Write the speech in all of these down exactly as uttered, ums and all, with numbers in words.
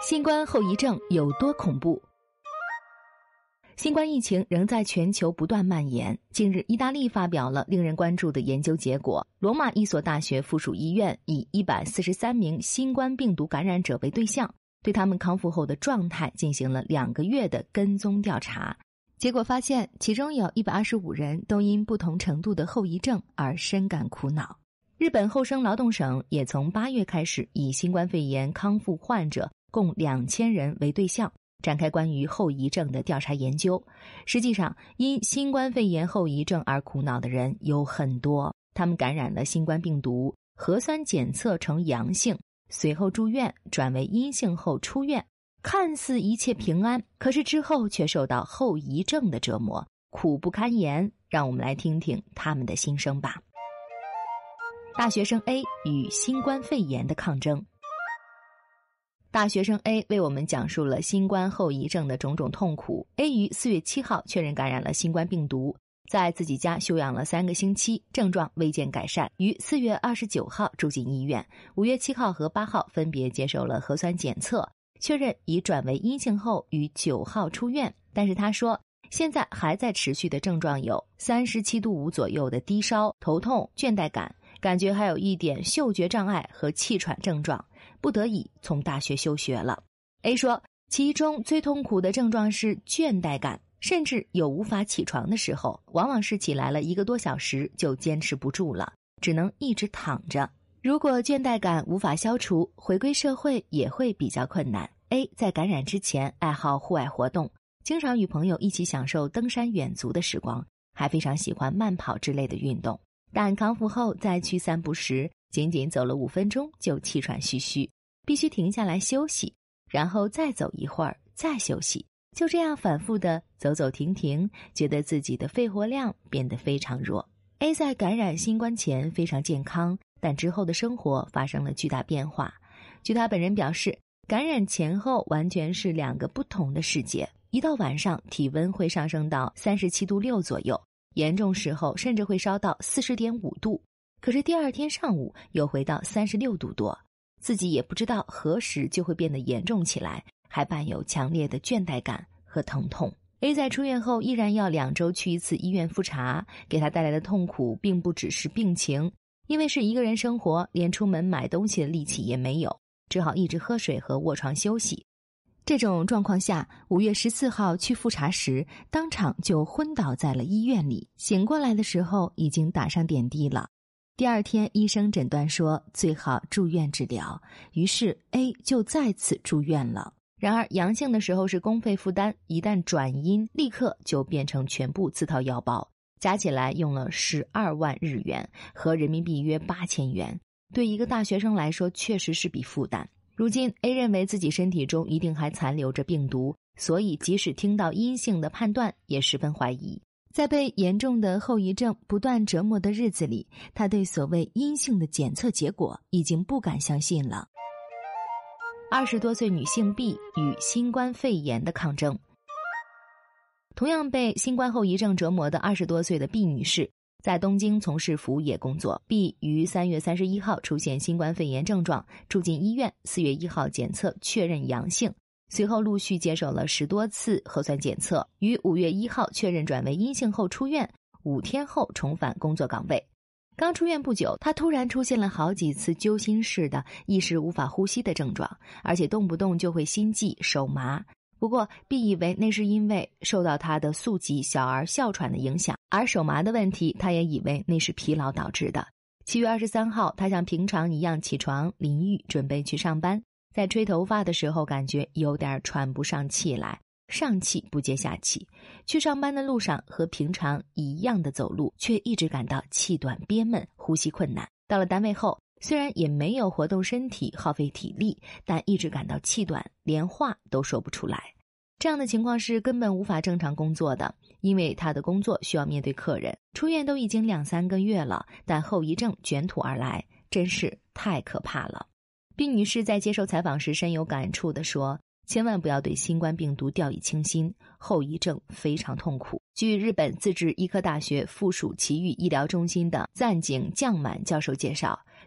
新冠后遗症有多恐怖？新冠疫情仍在全球不断蔓延。近日，意大利发表了令人关注的研究结果。罗马一所大学附属医院以一百四十三名新冠病毒感染者为对象，对他们康复后的状态进行了两个月的跟踪调查。结果发现，其中有一百二十五人都因不同程度的后遗症而深感苦恼。日本厚生劳动省也从八月开始，以新冠肺炎康复患者共两千人为对象，展开关于后遗症的调查研究。实际上，因新冠肺炎后遗症而苦恼的人有很多，他们感染了新冠病毒，核酸检测呈阳性，随后住院，转为阴性后出院，看似一切平安，可是之后却受到后遗症的折磨，苦不堪言。让我们来听听他们的心声吧。大学生 A 与新冠肺炎的抗争。大学生 A 为我们讲述了新冠后遗症的种种痛苦。A 于四月七号确认感染了新冠病毒，在自己家休养了三个星期，症状未见改善，于四月二十九号住进医院，五月七号和八号分别接受了核酸检测，确认已转为阴性后于九号出院。但是他说，现在还在持续的症状有三十七度五左右的低烧、头痛、倦怠感，感觉还有一点嗅觉障碍和气喘症状，不得已从大学休学了。 A 说，其中最痛苦的症状是倦怠感，甚至有无法起床的时候，往往是起来了一个多小时就坚持不住了，只能一直躺着。如果倦怠感无法消除，回归社会也会比较困难。 A 在感染之前爱好户外活动，经常与朋友一起享受登山远足的时光，还非常喜欢慢跑之类的运动。但康复后再去散步时，仅仅走了五分钟就气喘吁吁，必须停下来休息，然后再走一会儿，再休息，就这样反复的走走停停，觉得自己的肺活量变得非常弱。 A 在感染新冠前非常健康，但之后的生活发生了巨大变化。据他本人表示，感染前后完全是两个不同的世界，一到晚上体温会上升到三十七度六左右，严重时候甚至会烧到 四十点五度，可是第二天上午又回到三十六度多，自己也不知道何时就会变得严重起来，还伴有强烈的倦怠感和疼痛。 A 在出院后依然要两周去一次医院复查，给他带来的痛苦并不只是病情，因为是一个人生活，连出门买东西的力气也没有，只好一直喝水和卧床休息。这种状况下，五月十四号去复查时，当场就昏倒在了医院里，醒过来的时候已经打上点滴了。第二天医生诊断说最好住院治疗，于是 A 就再次住院了。然而阳性的时候是公费负担，一旦转阴立刻就变成全部自掏腰包，加起来用了十二万日元，合人民币约八千元，对一个大学生来说确实是笔负担。如今 A 认为自己身体中一定还残留着病毒，所以即使听到阴性的判断也十分怀疑。在被严重的后遗症不断折磨的日子里，他对所谓阴性的检测结果已经不敢相信了。二十多岁女性 B 与新冠肺炎的抗争。同样被新冠后遗症折磨的二十多岁的 B 女士，在东京从事服务业工作。 B 于三月三十一号出现新冠肺炎症状，住进医院，四月一号检测确认阳性，随后陆续接受了十多次核酸检测，于五月一号确认转为阴性后出院，五天后重返工作岗位。刚出院不久，他突然出现了好几次揪心式的一时无法呼吸的症状，而且动不动就会心悸手麻。不过 B 以为那是因为受到他的宿疾小儿哮喘的影响，而手麻的问题他也以为那是疲劳导致的。七月二十三号，他像平常一样起床淋浴准备去上班，在吹头发的时候感觉有点喘不上气来，上气不接下气。去上班的路上和平常一样的走路，却一直感到气短憋闷，呼吸困难。到了单位后，虽然也没有活动身体耗费体力，但一直感到气短，连话都说不出来。这样的情况是根本无法正常工作的，因为他的工作需要面对客人。出院都已经两三个月了，但后遗症卷土而来，真是太可怕了。毕女士在接受采访时深有感触地说，千万不要对新冠病毒掉以轻心，后遗症非常痛苦。据日本自治医科大学附属埼玉医疗中心的暂井将满教授介绍，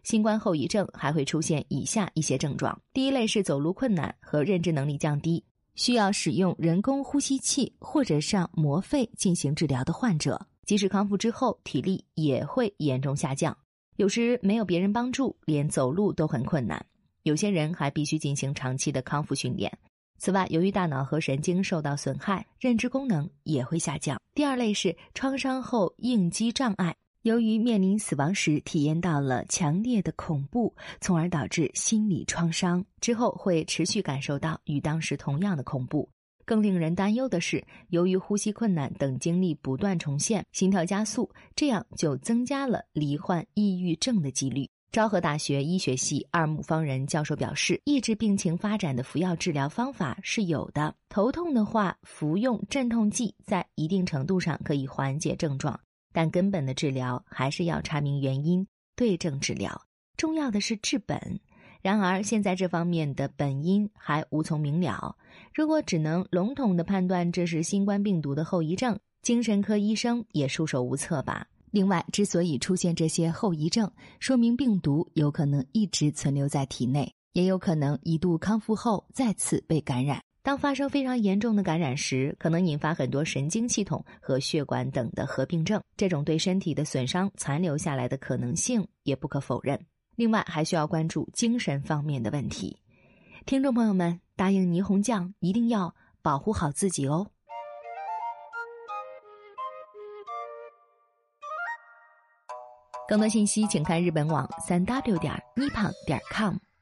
新冠后遗症还会出现以下一些症状。第一类是走路困难和认知能力降低，需要使用人工呼吸器或者上膜肺进行治疗的患者，即使康复之后，体力也会严重下降，有时没有别人帮助，连走路都很困难。有些人还必须进行长期的康复训练。此外，由于大脑和神经受到损害，认知功能也会下降。第二类是创伤后应激障碍，由于面临死亡时体验到了强烈的恐怖，从而导致心理创伤，之后会持续感受到与当时同样的恐怖。更令人担忧的是，由于呼吸困难等经历不断重现，心跳加速，这样就增加了罹患抑郁症的几率。昭和大学医学系二木方人教授表示，抑制病情发展的服药治疗方法是有的，头痛的话，服用镇痛剂在一定程度上可以缓解症状，但根本的治疗还是要查明原因，对症治疗，重要的是治本。然而现在这方面的本因还无从明了，如果只能笼统地判断这是新冠病毒的后遗症，精神科医生也束手无策吧。另外，之所以出现这些后遗症，说明病毒有可能一直存留在体内，也有可能一度康复后再次被感染。当发生非常严重的感染时，可能引发很多神经系统和血管等的合并症，这种对身体的损伤残留下来的可能性也不可否认。另外，还需要关注精神方面的问题。听众朋友们，答应霓虹酱一定要保护好自己哦。更多信息请看日本网 三 w 点 nippon 点 com。